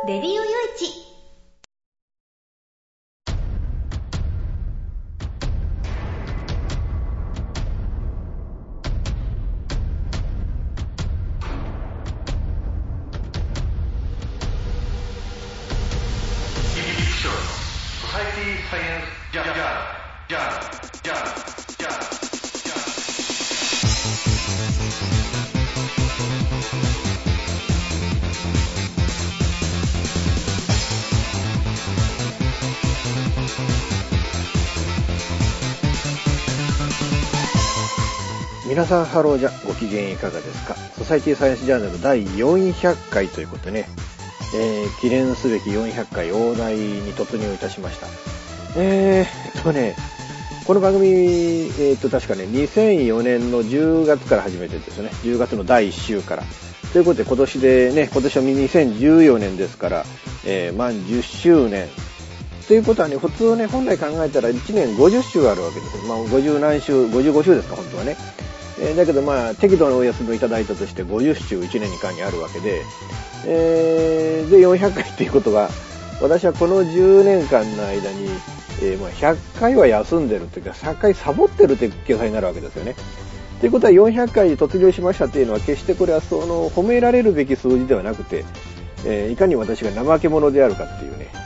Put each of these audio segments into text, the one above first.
レディオよいち。 皆さんハローじゃご機嫌いかがですか。ソサイティサイエンスジャーナル第400回ということでね、記念すべき400回大台に突入いたしました。この番組、確かね、2004年の10月から始めてですよね。10月の第1週から。ということで今年は2014年ですから、満10周年。ということはね、普通ね、本来考えたら1年50週あるわけですよ。50何週、55週ですか、本当はね。だけど適度なお休みをいただいたとして50週1年間にあるわけで、で400回っていうことは、私はこの10年間の間に、100回は休んでるというか、100回サボってるという計算になるわけですよね。ということは400回に突入しましたっていうのは、決してこれは褒められるべき数字ではなくて、いかに私が怠け者であるかっていうね、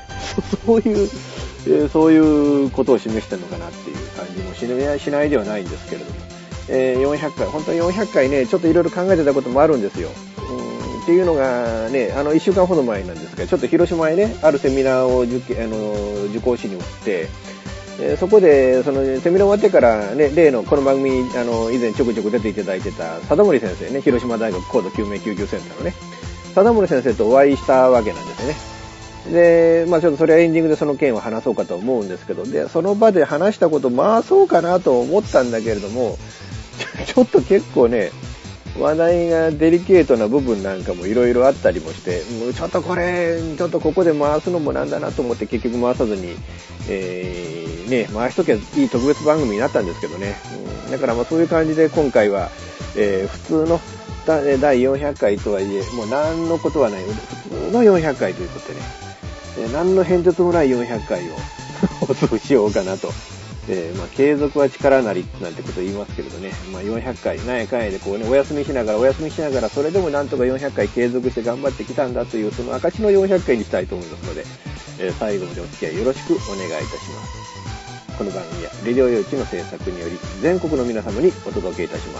そういうことを示してるのかなっていう感じもしないではないんですけれども。400回、本当に400回ね、ちょっといろいろ考えてたこともあるんですよ。っていうのがね、1週間ほど前なんですが、ちょっと広島へね、あるセミナーを受講しに行って、そこで、セミナー終わってからね、例のこの番組、以前ちょくちょく出ていただいてた、貞森先生ね、広島大学高度救命救急センターのね、貞森先生とお会いしたわけなんですよね。で、ちょっとそれはエンディングでその件を話そうかと思うんですけど、で、その場で話したこと、そうかなと思ったんだけれども、ちょっと結構ね、話題がデリケートな部分なんかもいろいろあったりもして、ちょっとここで回すのもなんだなと思って結局回さずに、回しときゃいい特別番組になったんですけどね。だからそういう感じで今回は、普通の第400回とはいえ、もう何のことはない、普通の400回ということでね、何の変哲もない400回を放送しようかなと。継続は力なりなんてことを言いますけれどね、400回、何やかんやでお休みしながら、それでもなんとか400回継続して頑張ってきたんだという、その証の400回にしたいと思いますので、最後までお付き合いよろしくお願いいたします。この番組はレディオよいちの制作により、全国の皆様にお届けいたします。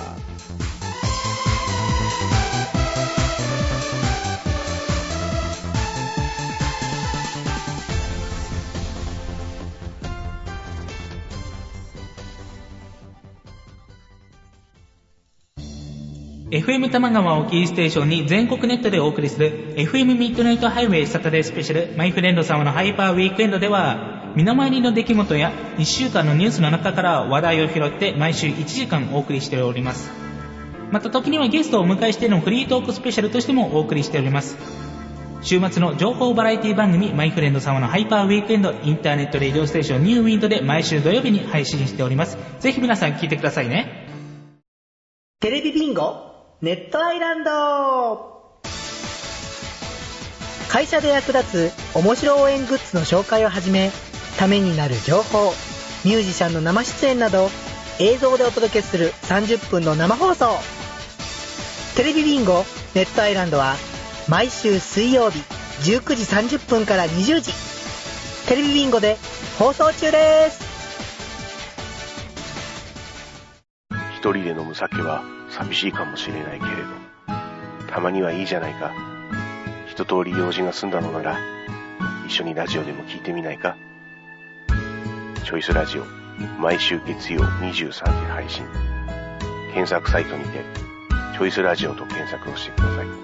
FM 玉川をキーステーションに全国ネットでお送りする FM ミッドナイトハイウェイサタデースペシャルマイフレンド様のハイパーウィークエンドでは、身の回りの出来事や1週間のニュースの中から話題を拾って毎週1時間お送りしております。また時にはゲストをお迎えしてのフリートークスペシャルとしてもお送りしております。週末の情報バラエティ番組マイフレンド様のハイパーウィークエンド、インターネットレディオステーションニューウィンドで毎週土曜日に配信しております。ぜひ皆さん聞いてくださいね。 テレビビンゴネットアイランド。会社で役立つ面白応援グッズの紹介をはじめ、ためになる情報、ミュージシャンの生出演など映像でお届けする30分の生放送。テレビビンゴネットアイランドは毎週水曜日19時30分から20時、テレビビンゴで放送中です。 一人で飲む酒は寂しいかもしれないけれど、たまにはいいじゃないか。一通り用事が済んだのなら、一緒にラジオでも聞いてみないか。チョイスラジオ、毎週月曜23時配信。検索サイトにて、チョイスラジオと検索をしてください。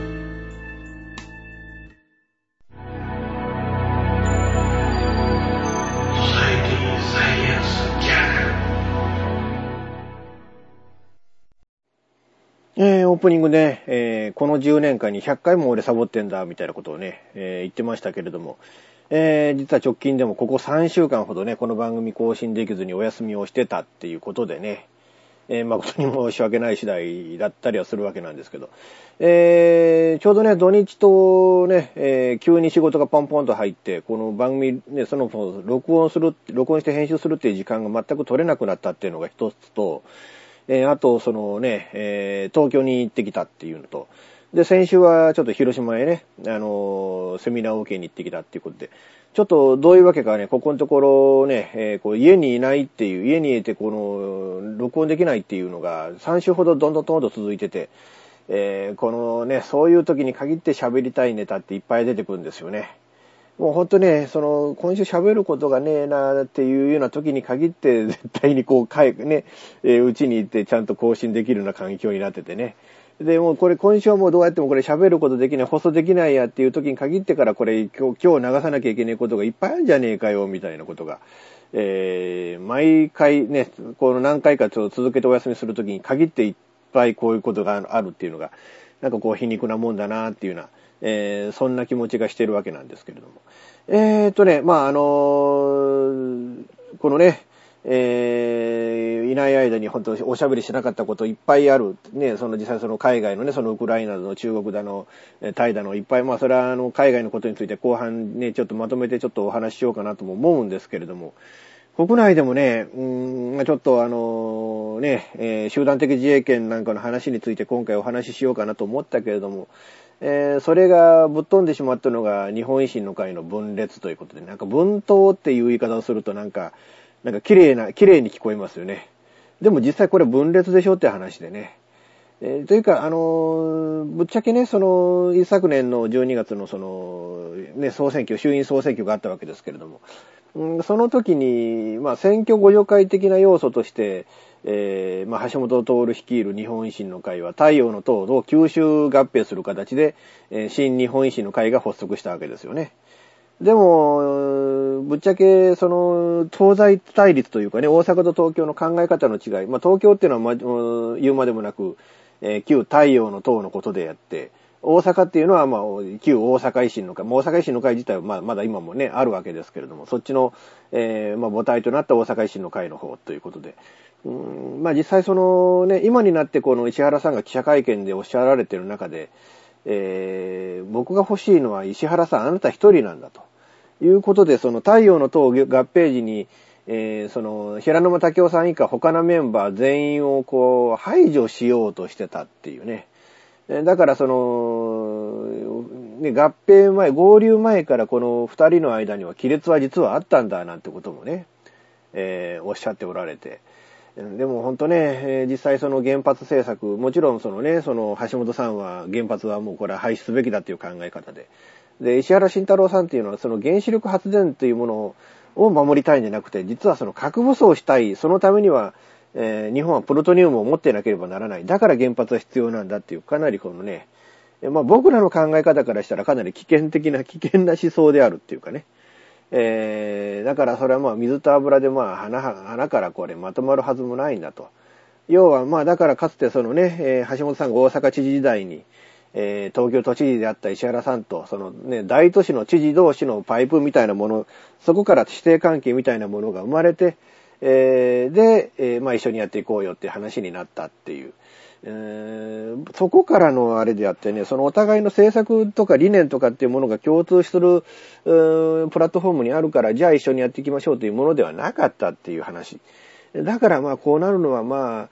オープニングで、この10年間に100回も俺サボってんだみたいなことをね、言ってましたけれども、実は直近でもここ3週間ほどね、この番組更新できずにお休みをしてたっていうことでね、 誠に申し訳ない次第だったりはするわけなんですけど、ちょうどね、土日とね、急に仕事がポンポンと入って、この番組ね、録音して編集するっていう時間が全く取れなくなったっていうのが一つと、あと、東京に行ってきたっていうのと、で、先週はちょっと広島へね、セミナーを受けに行ってきたっていうことで、ちょっとどういうわけかね、ここのところね、家にいないっていう、家にいて録音できないっていうのが3週ほどどんどん続いてて、このね、そういう時に限って喋りたいネタっていっぱい出てくるんですよね。もうほんとね、今週喋ることがねえなっていうような時に限って絶対にうちに行ってちゃんと更新できるような環境になっててね。で、もう今週はもうどうやっても喋ることできない、放送できないやっていう時に限ってから今日流さなきゃいけないことがいっぱいあるんじゃねえかよ、みたいなことが、毎回ね、何回かちょっと続けてお休みする時に限っていっぱいこういうことがあるっていうのが、なんか皮肉なもんだなっていうような、そんな気持ちがしてるわけなんですけれども。このね、いない間に本当おしゃべりしなかったこといっぱいある。ね、実際海外のね、ウクライナの中国だの、タイだのいっぱい、それは海外のことについて後半ね、ちょっとまとめてちょっとお話ししようかなとも思うんですけれども、国内でもね、ちょっと集団的自衛権なんかの話について今回お話ししようかなと思ったけれども、それがぶっ飛んでしまったのが日本維新の会の分裂ということで、なんか分党っていう言い方をするとなんか綺麗に聞こえますよね。でも実際これ分裂でしょって話でね。というか、ぶっちゃけね、一昨年の12月の総選挙、衆院総選挙があったわけですけれども、その時に、選挙互助会的な要素として、橋本徹率いる日本維新の会は太陽の党を吸収合併する形で、新日本維新の会が発足したわけですよね。でも、ぶっちゃけ、東西対立というかね、大阪と東京の考え方の違い、東京っていうのは、言うまでもなく、旧太陽の党のことであって、大阪っていうのは、旧大阪維新の会、大阪維新の会自体は、まだ今もね、あるわけですけれども、そっちの、母体となった大阪維新の会の方ということで、実際今になって石原さんが記者会見でおっしゃられている中で、僕が欲しいのは石原さん、あなた一人なんだということで、太陽の党合併時に、平沼武夫さん以下他のメンバー全員を排除しようとしてたっていうね。だから合併前、合流前からこの二人の間には亀裂は実はあったんだなんてこともね、おっしゃっておられて。でも本当ね、実際原発政策、もちろん橋本さんは原発はもうこれは廃止すべきだという考え方で。で、石原慎太郎さんっていうのは原子力発電というものを守りたいんじゃなくて、実は核武装したい、そのためには、日本はプルトニウムを持っていなければならない。だから原発は必要なんだっていう、かなり僕らの考え方からしたらかなり危険な思想であるっていうかね。だからそれは水と油で花からこれまとまるはずもないんだと。要はだからかつて橋本さんが大阪知事時代に、東京都知事であった石原さんと、大都市の知事同士のパイプみたいなもの、そこから師弟関係みたいなものが生まれて、で、一緒にやっていこうよっていう話になったっていう。そこからのあれであってね、お互いの政策とか理念とかっていうものが共通する、プラットフォームにあるから、じゃあ一緒にやっていきましょうというものではなかったっていう話。だからこうなるのは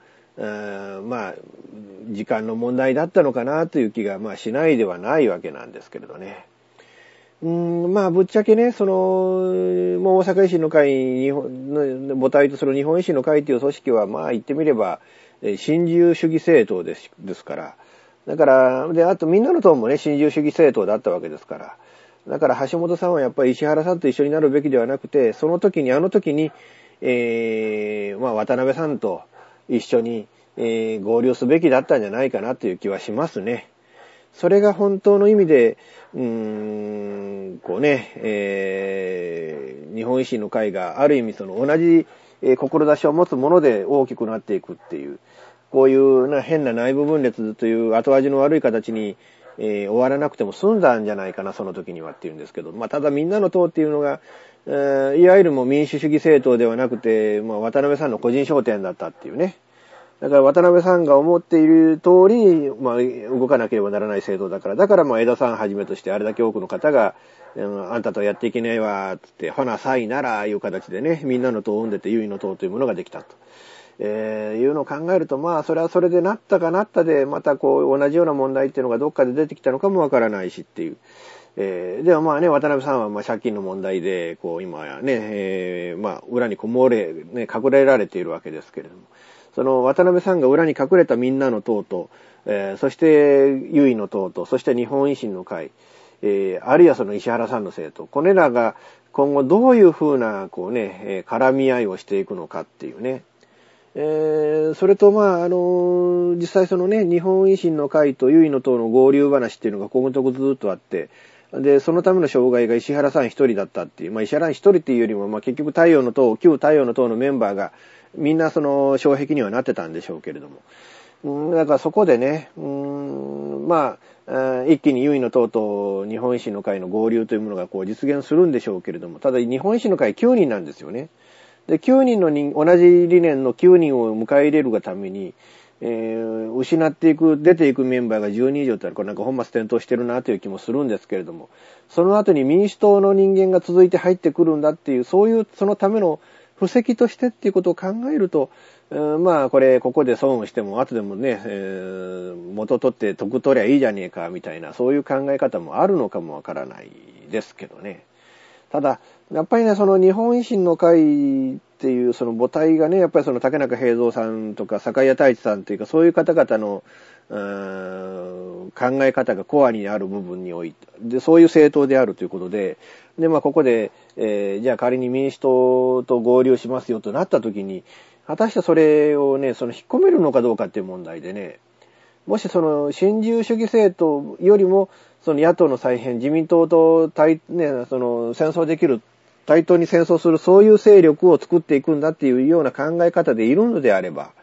時間の問題だったのかなという気がしないではないわけなんですけれどね。ぶっちゃけね、もう大阪維新の会、母体とする日本維新の会という組織は言ってみれば、新自由主義政党ですから。だから、あとみんなの党もね、新自由主義政党だったわけですから。だから橋本さんはやっぱり石原さんと一緒になるべきではなくて、あの時に、渡辺さんと一緒に、合流すべきだったんじゃないかなという気はしますね。それが本当の意味で、日本維新の会がある意味同じ志を持つもので大きくなっていくっていう、こういう変な内部分裂という後味の悪い形に、終わらなくても済んだんじゃないかな、その時にはっていうんですけど、ただみんなの党っていうのが、いわゆるもう民主主義政党ではなくて、渡辺さんの個人商店だったっていうね。 だから渡辺さんが思っている通り、動かなければならない政党だから、江田さんはじめとしてあれだけ多くの方が、あんたとやっていけないわ、つって、ほな、さいなら、いう形でね、みんなの党を生んでて、優位の党というものができたと。いうのを考えると、それはそれでなったかなったで、また同じような問題っていうのがどっかで出てきたのかもわからないしっていう。でも渡辺さんは借金の問題で、今やね、裏に隠れられているわけですけれども、その渡辺さんが裏に隠れたみんなの党と、そして優位の党と、そして日本維新の会、あるいはその石原さんの政党、これらが今後どういうふうな絡み合いをしていくのかっていうね。それと実際そのね、日本維新の会と優位の党の合流話っていうのがここのとこずっとあって、で、そのための障害が石原さん一人だったっていう、石原さん一人っていうよりも、結局旧太陽の党のメンバーがみんなその障壁にはなってたんでしょうけれども。だからそこでね、一気に優位の党と日本維新の会の合流というものが実現するんでしょうけれども、ただ日本維新の会9人なんですよね。で、9人の同じ理念の9人を迎え入れるがために、失っていく、出ていくメンバーが10人以上ってこれ本末転倒してるなという気もするんですけれども、その後に民主党の人間が続いて入ってくるんだっていう、そのための布石としてっていうことを考えると、ここで損をしても、後でもね、元取って得取りゃいいじゃねえか、みたいな、そういう考え方もあるのかもわからないですけどね。ただ、やっぱりね、その日本維新の会っていうその母体がね、やっぱりその竹中平蔵さんとか坂井太一さんというか、そういう方々の、考え方がコアにある部分において、で、そういう政党であるということで、ここで、じゃあ仮に民主党と合流しますよとなったときに、果たしてそれをね、引っ込めるのかどうかっていう問題でね、もしその新自由主義政党よりも、その野党の再編、自民党と戦争できる、対等に戦争する、そういう勢力を作っていくんだっていうような考え方でいるのであれば、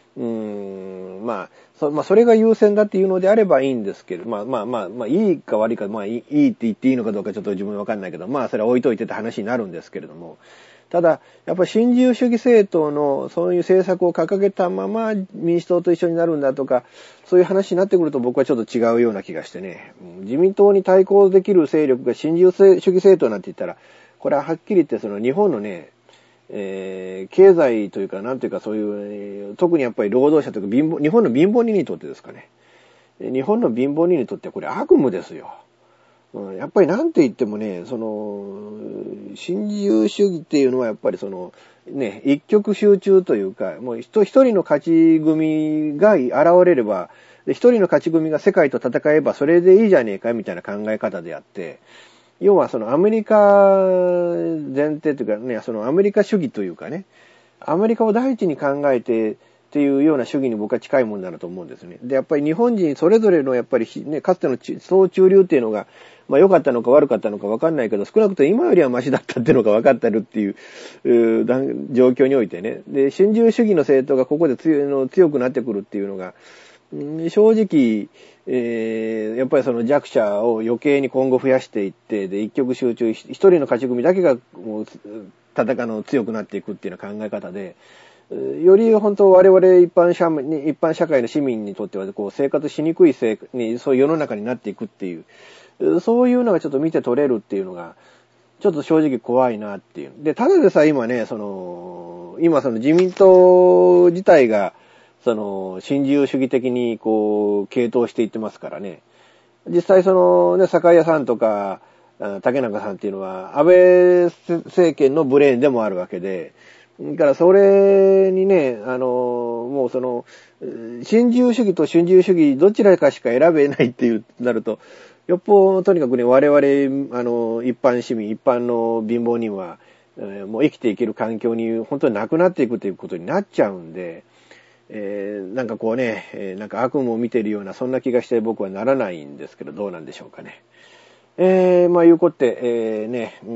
それが優先だっていうのであればいいんですけど、いいか悪いか、いいって言っていいのかどうかちょっと自分はわかんないけど、それは置いといてって話になるんですけれども、ただ、やっぱり新自由主義政党のそういう政策を掲げたまま民主党と一緒になるんだとか、そういう話になってくると僕はちょっと違うような気がしてね、自民党に対抗できる勢力が新自由主義政党なんて言ったら、これははっきり言ってその日本のね、経済というかなんというかそういう、特にやっぱり労働者というか日本の貧乏人にとってですかね。日本の貧乏人にとってはこれ悪夢ですよ。やっぱりなんて言ってもね、新自由主義っていうのはやっぱり一極集中というか、もう一人の勝ち組が現れれば、一人の勝ち組が世界と戦えばそれでいいじゃねえかみたいな考え方であって、要はアメリカ前提というかね、アメリカ主義というかね、アメリカを第一に考えてっていうような主義に僕は近いもんだなと思うんですね。で、やっぱり日本人それぞれのやっぱりね、かつての総中流っていうのが、良かったのか悪かったのか分かんないけど、少なくとも今よりはマシだったっていうのが分かってるっていう状況においてね。で、新自由主義の政党がここで強くなってくるっていうのが、正直、やっぱり弱者を余計に今後増やしていって、で、一極集中、一人の勝ち組だけがもう強くなっていくっていうような考え方で、より本当我々一般社会の市民にとっては生活しにくいそういう世の中になっていくっていう、そういうのがちょっと見て取れるっていうのが、ちょっと正直怖いなっていう。で、ただでさえ今ね、今自民党自体が、新自由主義的に傾倒していってますからね。実際坂井さんとか、竹中さんっていうのは、安倍政権のブレーンでもあるわけで、だからそれにね、もう新自由主義と新自由主義どちらかしか選べないってなると、よっぽとにかくね、我々、一般市民、一般の貧乏人は、もう生きていける環境に本当になくなっていくということになっちゃうんで、なんか悪夢を見ているような、そんな気がして僕はならないんですけど、どうなんでしょうかね。いうこって、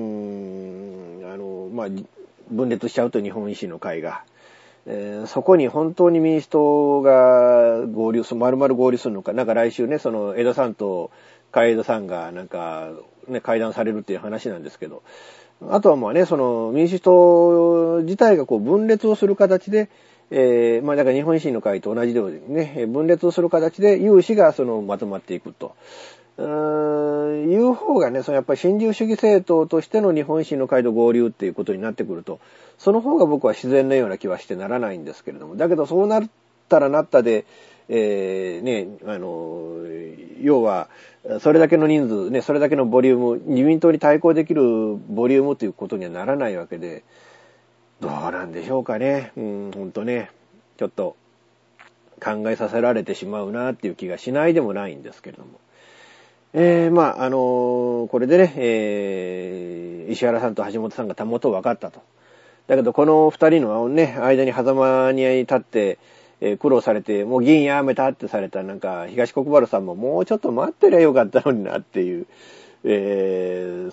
分裂しちゃうと日本維新の会が、そこに本当に民主党が丸々合流するのか、なんか来週ね、江田さんと海江田さんが会談されるっていう話なんですけど、あとは民主党自体が分裂をする形で、 まあだから日本維新の会と同じでね、分裂をする形で有志がまとまっていくと。いう方がね、やっぱり新自由主義政党としての日本維新の会と合流っていうことになってくると、その方が僕は自然なような気はしてならないんですけれども、だけどそうなったらなったで、ね、要は、それだけの人数、ね、それだけのボリューム、自民党に対抗できるボリュームということにはならないわけで、どうなんでしょうかね。ほんとね、ちょっと考えさせられてしまうなっていう気がしないでもないんですけれども。まあ、これでね、石原さんと橋本さんがたもと分かったと。だけどこの二人のね、間に狭間に立って、苦労されて、もう議員辞めたってされた東国原さんももうちょっと待ってりゃよかったのになっていう、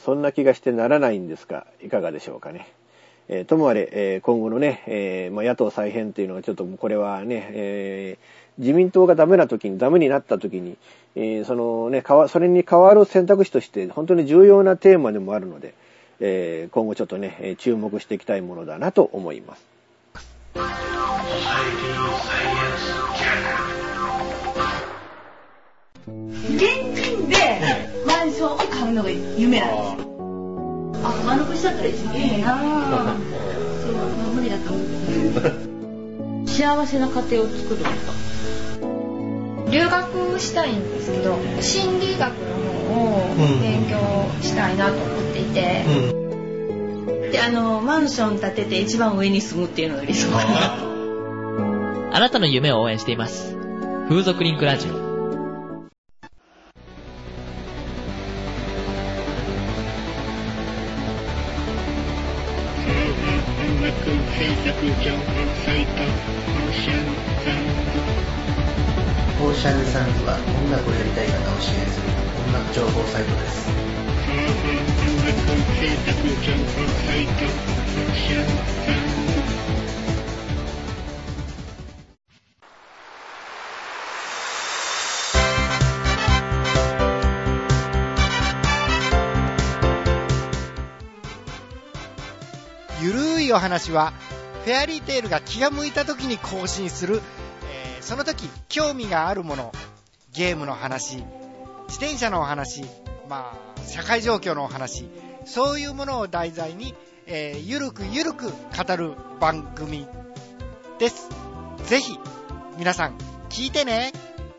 そんな気がしてならないんですが、いかがでしょうかね。ともあれ、今後のね、まあ、野党再編っていうのはちょっとこれはね、自民党がダメになった時に、そのね、それに代わる選択肢として本当に重要なテーマでもあるので、今後ちょっとね、注目していきたいものだなと思います。 現金でマンションを買うのが夢なんですよ。満足しちゃったら一番いいなぁ。そう、無理だと思う。幸せな家庭を作るんですか？ 留学したいんですけど、心理学の方を勉強したいなと思っていて、 で、マンション建てて一番上に住むっていうのが理想かな。 あなたの夢を応援しています。風俗リンクラジオ。 オーシャンサンズは音楽をやりたい方を支援する音楽情報サイトです。 ゆるいお話はフェアリーテールが気が向いた時に更新する、その時興味があるもの、ゲームの話、自転車のお話、社会状況のお話、そういうものを題材に、ゆるくゆるく語る番組です。ぜひ皆さん聞いてね。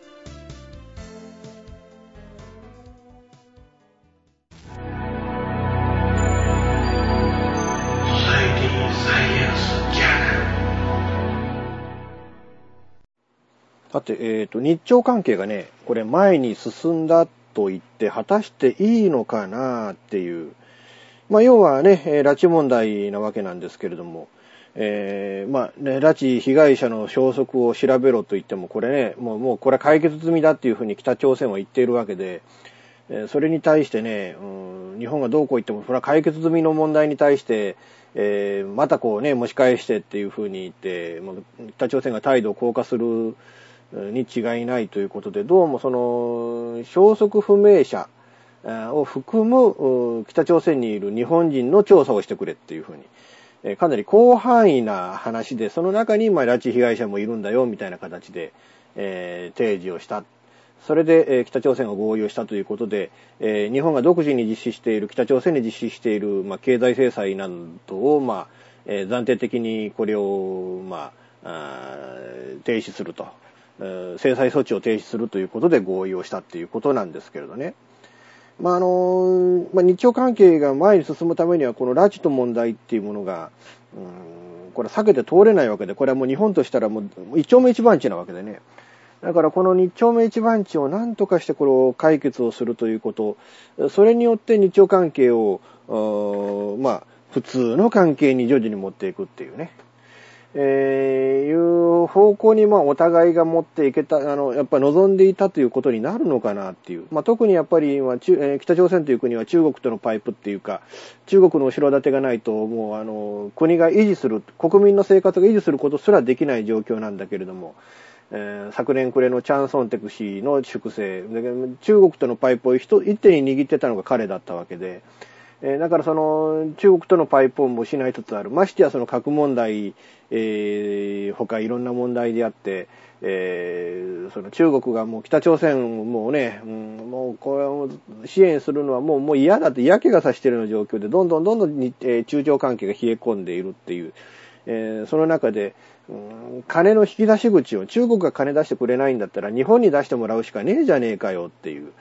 さて、日朝関係がね、これ前に進んだと言って果たしていいのかなっていう。要はね、拉致問題なわけなんですけれども、拉致被害者の消息を調べろと言っても、これね、もうこれは解決済みだっていうふうに北朝鮮は言っているわけで、それに対してね、日本がどうこう言っても、これは解決済みの問題に対して、またこうね、蒸し返してっていうふうに言って、北朝鮮が態度を硬化するに違いないということで、どうもその消息不明者を含む北朝鮮にいる日本人の調査をしてくれっていうふうに、かなり広範囲な話で、その中に拉致被害者もいるんだよみたいな形で、提示をした。それで、北朝鮮が合意をしたということで、日本が独自に実施している、北朝鮮に実施している、経済制裁などを、暫定的にこれを、停止すると。制裁措置を停止するということで合意をしたっていうことなんですけれどね。日朝関係が前に進むためには、この拉致の問題っていうものが、これ避けて通れないわけで、これはもう日本としたらもう一丁目一番地なわけでね。だからこの日丁目一番地を何とかしてこれを解決をするということ、それによって日朝関係を、普通の関係に徐々に持っていくっていうね。いう方向にお互いが持っていけた、やっぱり望んでいたということになるのかなっていう。特にやっぱり北朝鮮という国は中国とのパイプっていうか、中国の後ろ盾がないともう国が維持する、国民の生活が維持することすらできない状況なんだけれども、昨年暮れのチャンソンテク氏の粛清、中国とのパイプを一手に握ってたのが彼だったわけで、 だからその中国とのパイプをも失いつつある。ましてやその核問題、他いろんな問題であって、その中国がもう北朝鮮をもうね、もうこれを支援するのはもう嫌だって嫌気がさしているような状況でどんどん中朝関係が冷え込んでいるっていう、その中で、金の引き出し口を中国が金出してくれないんだったら日本に出してもらうしかねえじゃねえかよっていう、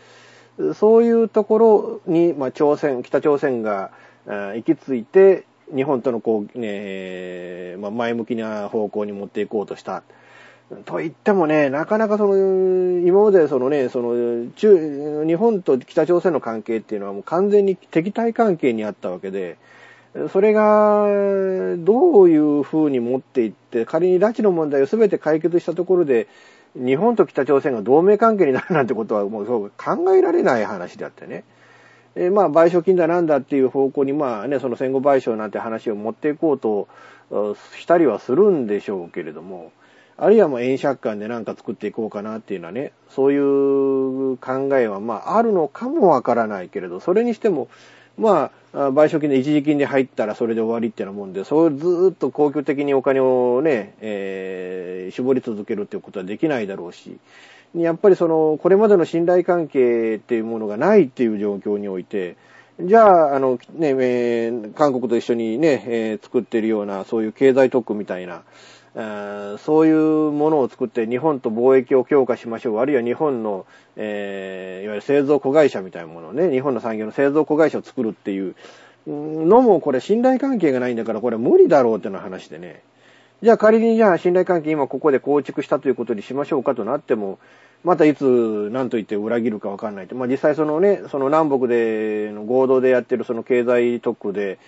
そういうところに、北朝鮮が行き着いて日本とのこう、前向きな方向に持っていこうとしたと言ってもね、なかなかその今までそのね、日本と北朝鮮の関係っていうのはもう完全に敵対関係にあったわけで、それがどういう風に持っていって、仮に拉致の問題を全て解決したところで日本と北朝鮮が同盟関係になるなんてことはもうそう考えられない話であってね。賠償金だなんだっていう方向にその戦後賠償なんて話を持っていこうとしたりはするんでしょうけれども、あるいは円借款でなんか作っていこうかなっていうのはね、そういう考えはあるのかもわからないけれど、それにしても賠償金で一時金で入ったらそれで終わりっていうようなもんで、そうずーっと恒久的にお金をね、絞り続けるっていうことはできないだろうし、やっぱりこれまでの信頼関係っていうものがないっていう状況において、じゃあ、韓国と一緒にね、作っているようなそういう経済特区みたいな、そういうものを作って日本と貿易を強化しましょう。あるいは日本の、いわゆる製造子会社みたいなものをね、日本の産業の製造子会社を作るっていうのも、これ信頼関係がないんだから、これ無理だろうっていうの話でね。じゃあ仮に信頼関係今ここで構築したということにしましょうかとなっても、またいつ何と言って裏切るか分かんないって。実際その南北での合同でやってるその経済特区で、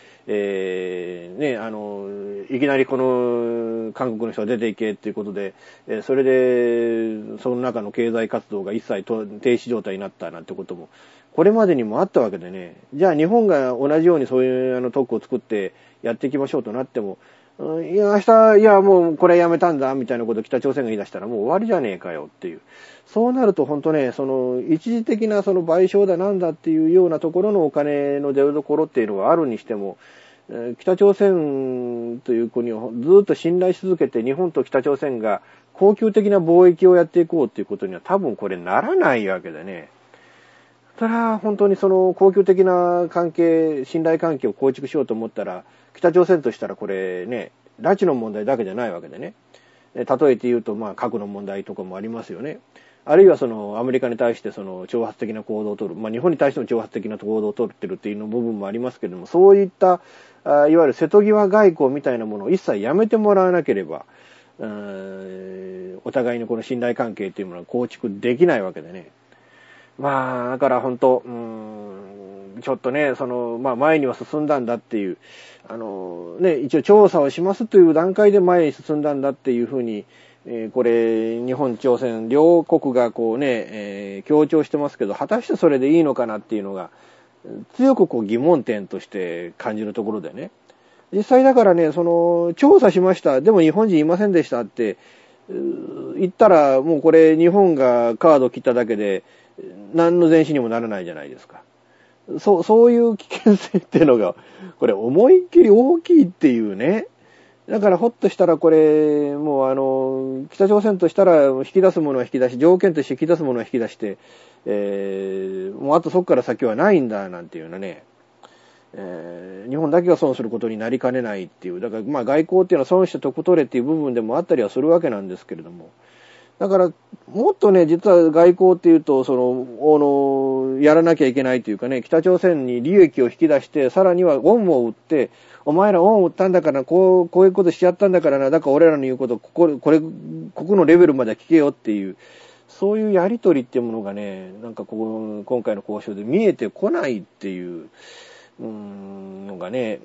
いきなりこの韓国の人が出ていけっていうことで、それでその中の経済活動が一切停止状態になったなんてこともこれまでにもあったわけでね。じゃあ日本が同じようにそういう特区を作ってやっていきましょうとなっても、いやもうこれやめたんだみたいなことを北朝鮮が言い出したらもう終わりじゃねえかよっていう。そうなると本当ね、一時的な賠償だなんだっていうようなところのお金の出所っていうのはあるにしても、北朝鮮という国をずっと信頼し続けて日本と北朝鮮が恒久的な貿易をやっていこうっていうことには多分これならないわけでね。それは本当に恒久的な関係、信頼関係を構築しようと思ったら、北朝鮮としたらこれね、拉致の問題だけじゃないわけでね。例えて言うと、核の問題とかもありますよね。あるいはアメリカに対して挑発的な行動を取る。日本に対しても挑発的な行動を取ってるっていうの部分もありますけれども、そういったいわゆる瀬戸際外交みたいなものを一切やめてもらわなければ、お互いのこの信頼関係っていうものは構築できないわけでね。だから本当、ちょっとね、前には進んだんだっていう、一応調査をしますという段階で前に進んだんだっていうふうに、これ、日本、朝鮮、両国が強調してますけど、果たしてそれでいいのかなっていうのが、強く疑問点として感じるところでね。実際だからね、調査しました、でも日本人いませんでしたって、言ったら、もうこれ、日本がカード切っただけで、何の前進にもならないじゃないですか。そういう危険性っていうのが、これ思いっきり大きいっていうね。だからほっとしたらこれ、もう北朝鮮としたら引き出すものは引き出し、条件として引き出すものは引き出して、もうあとそこから先はないんだなんていうのね。日本だけが損することになりかねないっていう。だから外交っていうのは損して得取れっていう部分でもあったりはするわけなんですけれども。だから、もっとね、実は外交っていうと、やらなきゃいけないというかね、北朝鮮に利益を引き出して、さらには恩を売って、お前ら恩を売ったんだから、こういうことしちゃったんだからな、だから俺らの言うこと、ここのレベルまでは聞けよっていう、そういうやりとりっていうものがね、なんか今回の交渉で見えてこないっていう、のがね、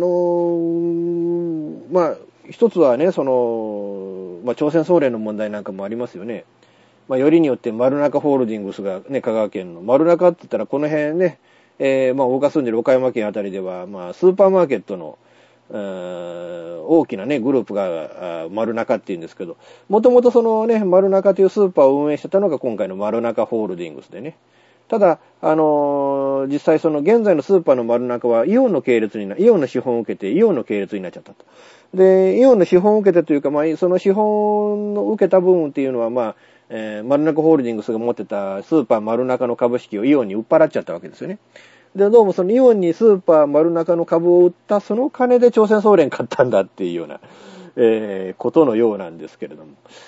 一つはね、朝鮮総連の問題なんかもありますよね。よりによって丸中ホールディングスがね、香川県の丸中って言ったらこの辺ね、僕が住んでる岡山県あたりでは、スーパーマーケットの、大きなね、グループが丸中って言うんですけど、もともと丸中というスーパーを運営してたのが今回の丸中ホールディングスでね。 ただ、実際その現在のスーパーの丸中はイオンの資本を受けてイオンの系列になっちゃったと。で、イオンの資本を受けてというか、その資本を受けた部分っていうのは、丸中ホールディングスが持ってたスーパー丸中の株式をイオンに売っ払っちゃったわけですよね。で、どうもそのイオンにスーパー丸中の株を売ったその金で朝鮮総連買ったんだっていうような、ことのようなんですけれども。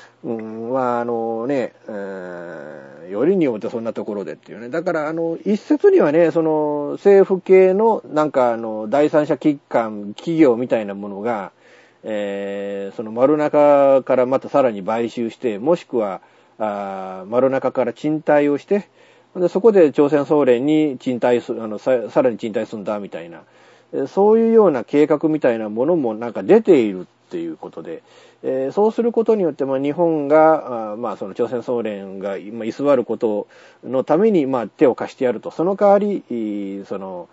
よりによってそんなところでっていうね。だから、一説にはね、その、政府系の、第三者企業みたいなものが、その丸中からまたさらに買収して、もしくは、丸中から賃貸をして、でそこで朝鮮総連にさらに賃貸すんだみたいな、そういうような計画みたいなものも出ているっていうことで、そうすることによって、日本が、その朝鮮総連が居座ることのために、手を貸してやると。その代わり、その、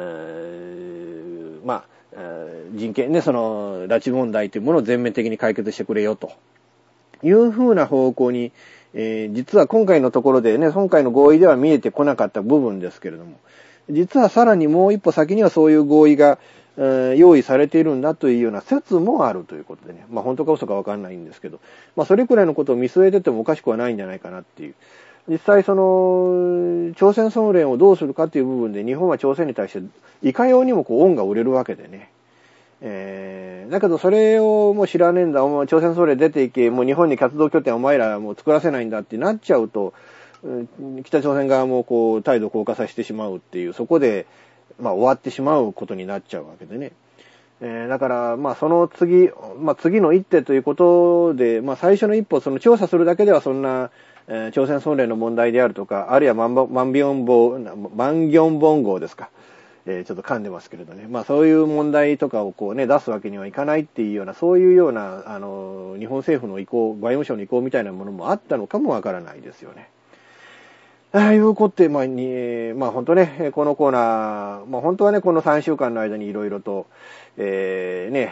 人権ね、その、拉致問題というものを全面的に解決してくれよというふうな方向に、実は今回のところでね、今回の合意では見えてこなかった部分ですけれども、実はさらにもう一歩先にはそういう合意が、用意されているんだというような説もあるということでね、本当か嘘かわかんないんですけど、それくらいのことを見据えててもおかしくはないんじゃないかなっていう。実際その、朝鮮総連をどうするかっていう部分で日本は朝鮮に対していかようにも恩が売れるわけでね。だけどそれをもう知らねえんだ、朝鮮総連出ていけ、もう日本に活動拠点お前らもう作らせないんだってなっちゃうと、北朝鮮側も態度硬化させてしまうっていう、そこで、終わってしまうことになっちゃうわけでね。だから、その次の一手ということで、最初の一歩、その調査するだけではそんな、朝鮮総連の問題であるとか、あるいはマンギョンボン号ですか。ちょっと噛んでますけれどね。そういう問題とかを出すわけにはいかないっていうような、そういうような、日本政府の意向、外務省の意向みたいなものもあったのかもわからないですよね。いうことで、本当ね、このコーナー、本当はね、この3週間の間にいろいろと、海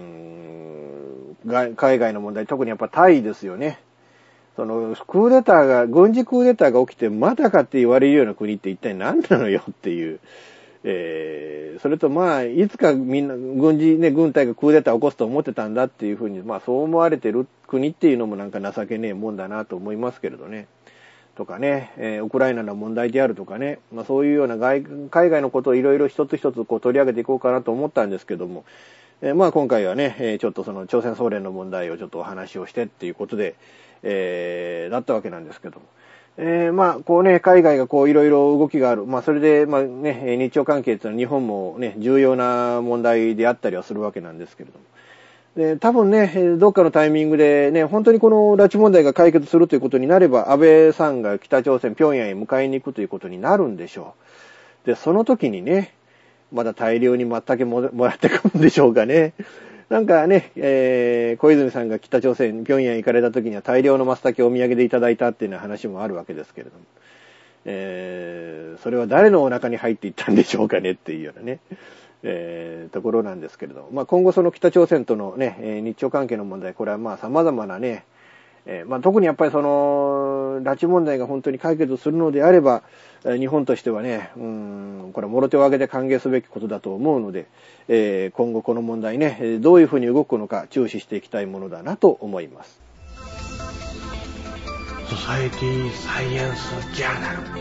外の問題、特にやっぱタイですよね。その、軍事クーデターが起きて、まだかって言われるような国って一体何なのよっていう。それといつかみんな、軍隊がクーデターを起こすと思ってたんだっていうふうに、そう思われてる国っていうのも情けねえもんだなと思いますけれどね。とかね、ウクライナの問題であるとかね、そういうような海外のことをいろいろ一つ一つ取り上げていこうかなと思ったんですけども、今回はね、ちょっとその朝鮮総連の問題をちょっとお話をしてっていうことで、だったわけなんですけども。海外がいろいろ動きがある。それで、日朝関係っていうのは日本もね、重要な問題であったりはするわけなんですけれども。で、多分ね、どっかのタイミングでね、本当にこの拉致問題が解決するということになれば、安倍さんが北朝鮮、平壌へ迎えに行くということになるんでしょう。で、その時にね、まだ大量に松茸もらってくるんでしょうかね。小泉さんが北朝鮮、平壌へ行かれた時には大量の松茸をお土産でいただいたっていうような話もあるわけですけれども。それは誰のお腹に入っていったんでしょうかねっていうようなね。ところなんですけれども、今後その北朝鮮とのね、日朝関係の問題、これは様々なね、特にやっぱりその、拉致問題が本当に解決するのであれば、日本としてはね、これはもろ手を挙げて歓迎すべきことだと思うので、今後この問題ね、どういうふうに動くのか注視していきたいものだなと思います。 ソサエティサイエンスジャーナル。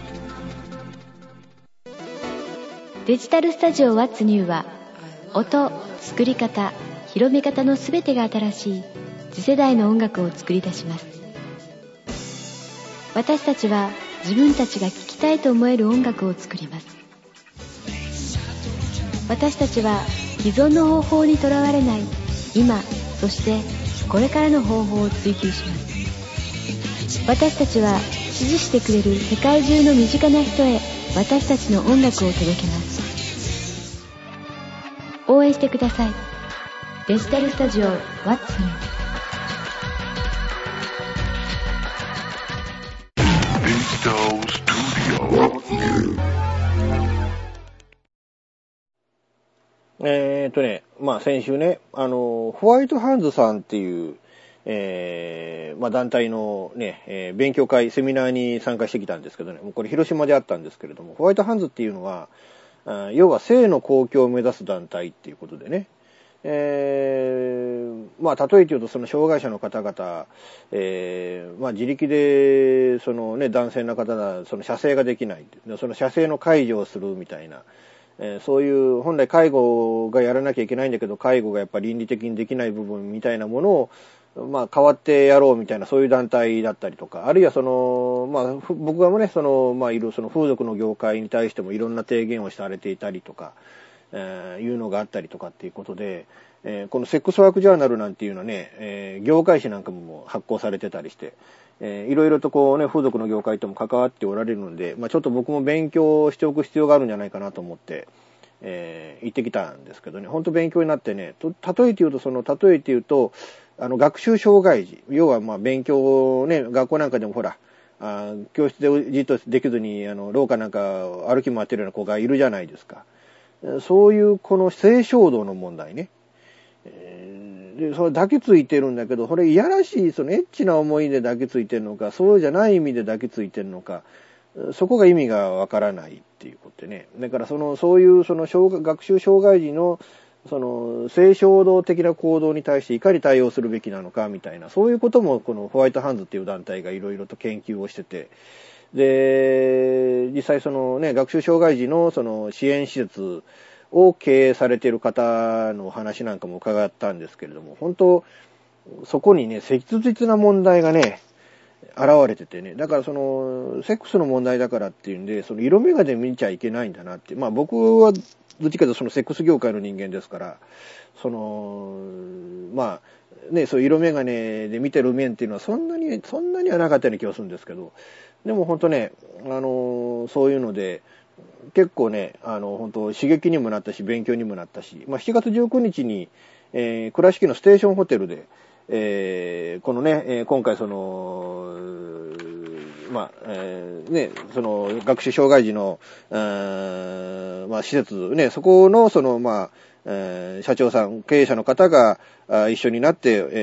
デジタルスタジオ What's New は音、作り方、広め方のすべてが新しい次世代の音楽を作り出します。私たちは自分たちが聴きたいと思える音楽を作ります。私たちは既存の方法にとらわれない今、そしてこれからの方法を追求します。私たちは支持してくれる世界中の身近な人へ私たちの音楽を届けます。応援してください。デジタルスタジオ What's New。 先週ね、ホワイトハンズさんっていう、 団体のね、勉強会、セミナーに参加してきたんですけどね、もうこれ広島であったんですけれども、ホワイトハンズっていうのは、要は性の公共を目指す団体っていうことでね、例えて言うとその障害者の方々、自力でそのね男性の方がその射精ができない、その射精の介助をするみたいな、そういう本来介護がやらなきゃいけないんだけど介護がやっぱり倫理的にできない部分みたいなものを代わってやろうみたいなそういう団体だったりとか、あるいはその僕がもねいろいろその風俗の業界に対してもいろんな提言をされていたりとか。いうのがあったりとかっていうことで、このセックスワークジャーナルなんていうのはね、業界誌なんかも発行されてたりして、いろいろとこうね、風俗の業界とも関わっておられるので、ちょっと僕も勉強しておく必要があるんじゃないかなと思って、行ってきたんですけどね、本当勉強になってね、例えて言うと、学習障害児、要は勉強をね、学校なんかでもほら、教室でじっとできずに、廊下なんか歩き回ってるような子がいるじゃないですか。そういうこの性衝動の問題ね。で、それ抱きついてるんだけど、これいやらしい、そのエッチな思いで抱きついてるのか、そうじゃない意味で抱きついてるのか、そこが意味がわからないっていうことでね。だからそういう学習障害児のその性衝動的な行動に対していかに対応するべきなのかみたいな、そういうこともこのホワイトハンズっていう団体がいろいろと研究をしてて、で、実際そのね、学習障害児のその支援施設を経営されている方の話なんかも伺ったんですけれども、本当、そこにね、切実な問題がね、現れててね、だからその、セックスの問題だからっていうんで、その色眼鏡で見ちゃいけないんだなって、僕はどっちかというとそのセックス業界の人間ですから、そういう色眼鏡で見てる面っていうのはそんなにはなかったような気がするんですけど、でも本当ね、そういうので、結構ね、本当刺激にもなったし、勉強にもなったし、7月19日に、倉敷のステーションホテルで、このね、今回その、その学習障害児の、施設ね、そこのその、社長さん、経営者の方が一緒になって、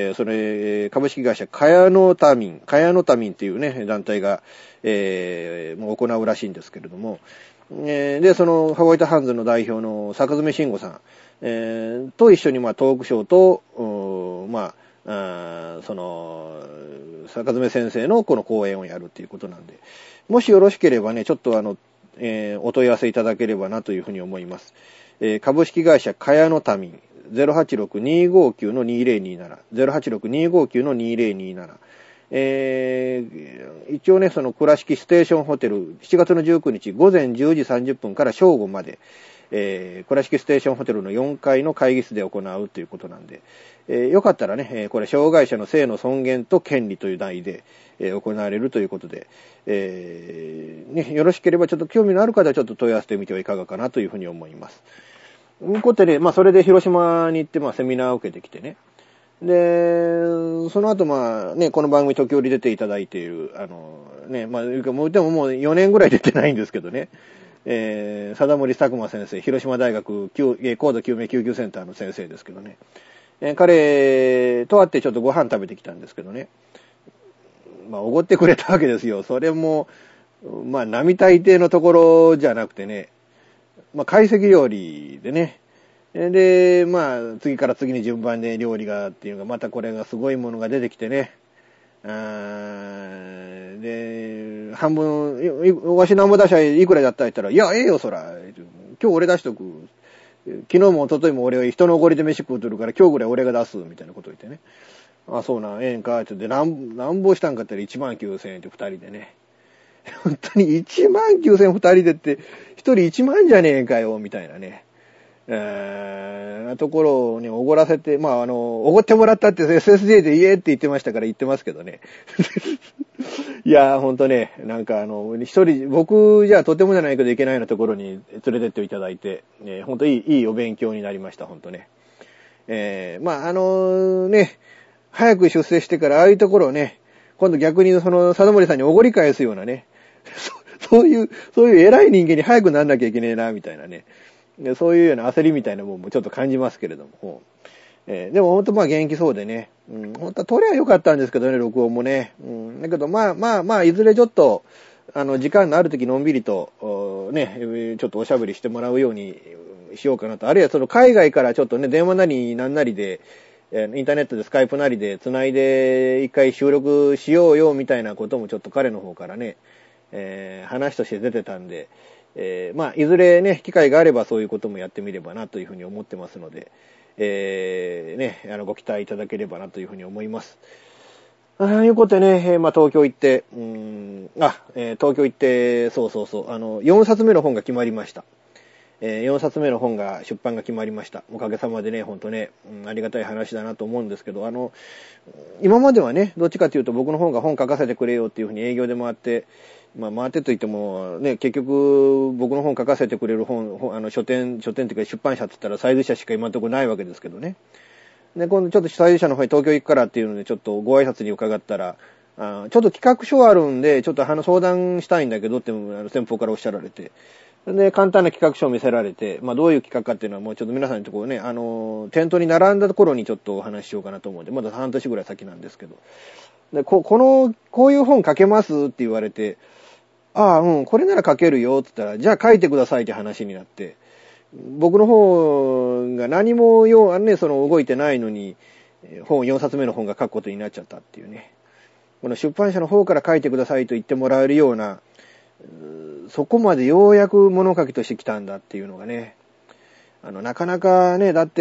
それ、株式会社カヤノタミンっていうね、団体が、行うらしいんですけれども、で、その、ホワイトハンズの代表の坂爪慎吾さん、と一緒にトークショーと、その、坂爪先生のこの講演をやるっていうことなんで、もしよろしければね、ちょっとお問い合わせいただければなというふうに思います。株式会社カヤノタミン 086-259-2027 086-259-2027、一応ね、その倉敷ステーションホテル7月の19日午前10時30分から正午まで、倉敷ステーションホテルの4階の会議室で行うということなんで、よかったらね、これ障害者の性の尊厳と権利という題で、行われるということで、よろしければちょっと興味のある方はちょっと問い合わせてみてはいかがかなというふうに思います。こうやってね、それで広島に行ってセミナーを受けてきてね。で、その後この番組時折出ていただいている、でももう4年ぐらい出てないんですけどね。貞森佐久間先生、広島大学高度救命救急センターの先生ですけどね。彼と会ってちょっとご飯食べてきたんですけどね。おごってくれたわけですよ。それも、並大抵のところじゃなくてね、懐石料理でね。で、次から次に順番で料理がっていうのが、またこれがすごいものが出てきてね。で、半分、わしなんぼ出しゃいくらだったら言ったら、いや、ええよ、そら。今日俺出しとく。昨日も一昨日も俺は人のおごりで飯食うとるから、今日ぐらい俺が出す、みたいなこと言ってね。あ、そうなん、ええんか、って言って、なんぼしたんかって言ったら19,000円って二人でね。本当に19,000円二人でって、一人1万じゃねえかよ、みたいなね。ところをね、おごらせて、おごってもらったって SSJ で言えって言ってましたから言ってますけどね。いやー、ほんとね、一人、僕じゃとてもじゃないけどいけないようなところに連れてっていただいて、ほんといいお勉強になりました、ほんとね。早く出世してから、ああいうところをね、今度逆に貞森さんにおごり返すようなね、そういう偉い人間に早くなんなきゃいけねえな、みたいなね。でそういうような焦りみたいなもんもちょっと感じますけれども。 でも本当元気そうでね、本当は撮ればよかったんですけどね、録音もね。だけどいずれちょっと、時間のある時のんびりと、ね、ちょっとおしゃべりしてもらうようにしようかなと。あるいはその海外からちょっとね、電話なりなんなりで、インターネットでスカイプなりで繋いで一回収録しようよみたいなこともちょっと彼の方からね、話として出てたんで、いずれね、機会があればそういうこともやってみればなというふうに思ってますので、ご期待いただければなというふうに思います。いうことでね、東京行って、東京行って、4冊目の本が決まりました。4冊目の本が出版が決まりました。おかげさまでね、ほんとね、ありがたい話だなと思うんですけど、今まではね、どっちかというと僕の方が本書かせてくれよっていうふうに営業で回って、回ってと言っても、ね、結局、僕の本書かせてくれる書店っていうか出版社って言ったらサイズ社しか今のところないわけですけどね。で、今度ちょっとサイズ社の方に東京行くからっていうので、ちょっとご挨拶に伺ったら、ちょっと企画書あるんで、ちょっと相談したいんだけどって、先方からおっしゃられて。で、簡単な企画書を見せられて、どういう企画かっていうのはもうちょっと皆さんのところね、店頭に並んだところにちょっとお話ししようかなと思うんで、まだ半年ぐらい先なんですけど。で、こういう本書けますって言われて、これなら書けるよって言ったら、じゃあ書いてくださいって話になって、僕の方が何も動いてないのに、4冊目の本が書くことになっちゃったっていうね。この出版社の方から書いてくださいと言ってもらえるような、そこまでようやく物書きとしてきたんだっていうのがね、なかなかね、だって、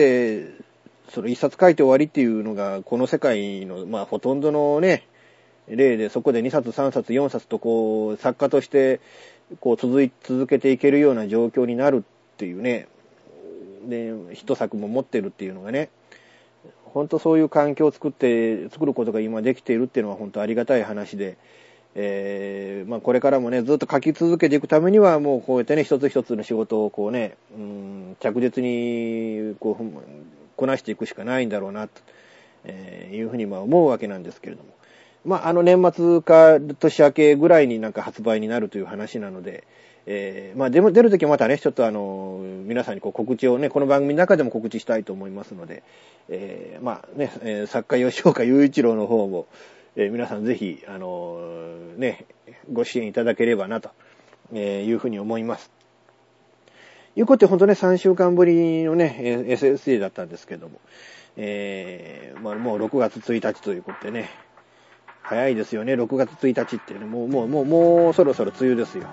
その一冊書いて終わりっていうのが、この世界の、ほとんどのね、例で、そこで2冊、3冊、4冊と作家として、続けていけるような状況になるっていうね、で、一作も持ってるっていうのがね、本当そういう環境を作ることが今できているっていうのは本当ありがたい話で、これからもね、ずっと書き続けていくためには、もうこうやってね、一つ一つの仕事を着実にこなしていくしかないんだろうな、というふうに思うわけなんですけれども。年末か年明けぐらいに発売になるという話なので、出るときはまたね、ちょっと皆さんに告知をね、この番組の中でも告知したいと思いますので、作家吉岡雄一郎の方も、皆さんぜひ、ご支援いただければな、というふうに思います。いうことで、ほんとね、3週間ぶりのね、SSA だったんですけども、もう6月1日ということでね、早いですよね、6月1日ってね、もうそろそろ梅雨ですよ。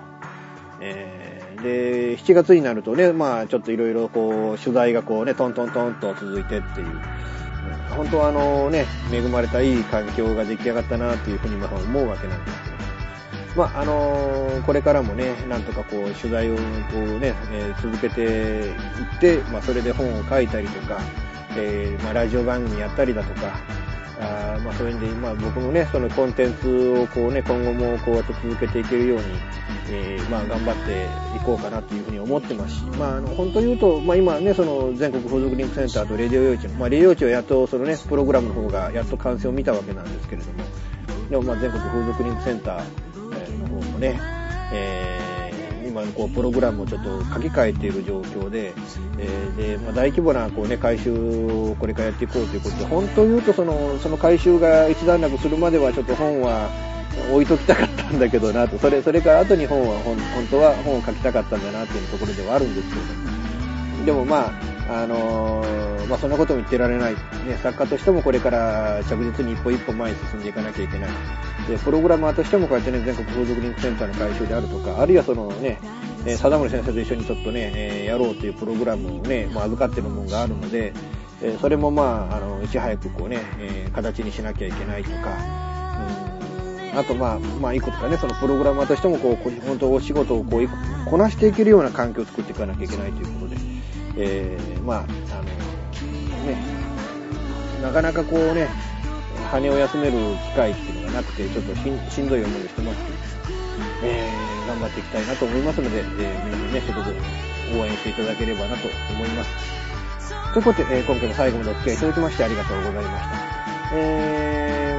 で、7月になるとね、ちょっといろいろ取材がトントントンと続いてっていう、本当は恵まれたいい環境が出来上がったなっていうふうに思うわけなんですけど、これからもね、なんとか取材を続けていって、それで本を書いたりとか、ラジオ番組やったりだとか、そういうんで、僕もね、そのコンテンツを今後もこうやって続けていけるように、頑張っていこうかなというふうに思ってますし、本当に言うと、今ね、その全国風俗リンクセンターとレディオ幼稚園、レディオ幼稚園はやっとそのね、プログラムの方がやっと完成を見たわけなんですけれども、でも全国風俗リンクセンターの方もね、今プログラムをちょっと書き換えている状況で、大規模な改修をこれからやっていこうということで、本当に言うとその改修が一段落するまではちょっと本は置いときたかったんだけどなと、それから後に本当は本を書きたかったんだなっていうところではあるんですけど、でもそんなことも言ってられない、ね、作家としてもこれから着実に一歩一歩前に進んでいかなきゃいけない。で、プログラマーとしてもこうやってね、全国風俗リンクセンターの改修であるとか、あるいはそのね、貞森先生と一緒にちょっとね、やろうというプログラムをね、預かってるものがあるので、それもいち早く形にしなきゃいけないとか、あといくつかね、そのプログラマーとしても本当お仕事をこなしていけるような環境を作っていかなきゃいけないということで、なかなか羽を休める機会っていうのがなくて、ちょっとしんどい思いをしてますけど、頑張っていきたいなと思いますので、皆さんね、ちょっと応援していただければなと思います。ということで、今回も最後までお付き合いいただきましてありがとうございました。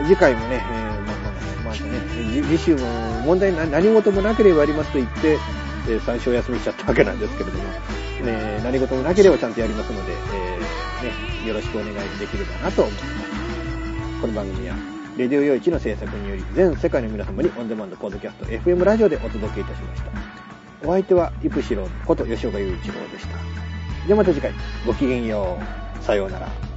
次回もね、次週も問題何事もなければやりますと言って、最初お休みしちゃったわけなんですけれども、何事もなければちゃんとやりますので、 よろしくお願いできればなと思います。この番組はレディオ用一の制作により全世界の皆様にオンデマンドポッドキャスト FM ラジオでお届けいたしました。お相手はイプシロンこと吉岡雄一郎でした。ではまた次回ごきげんよう。さようなら。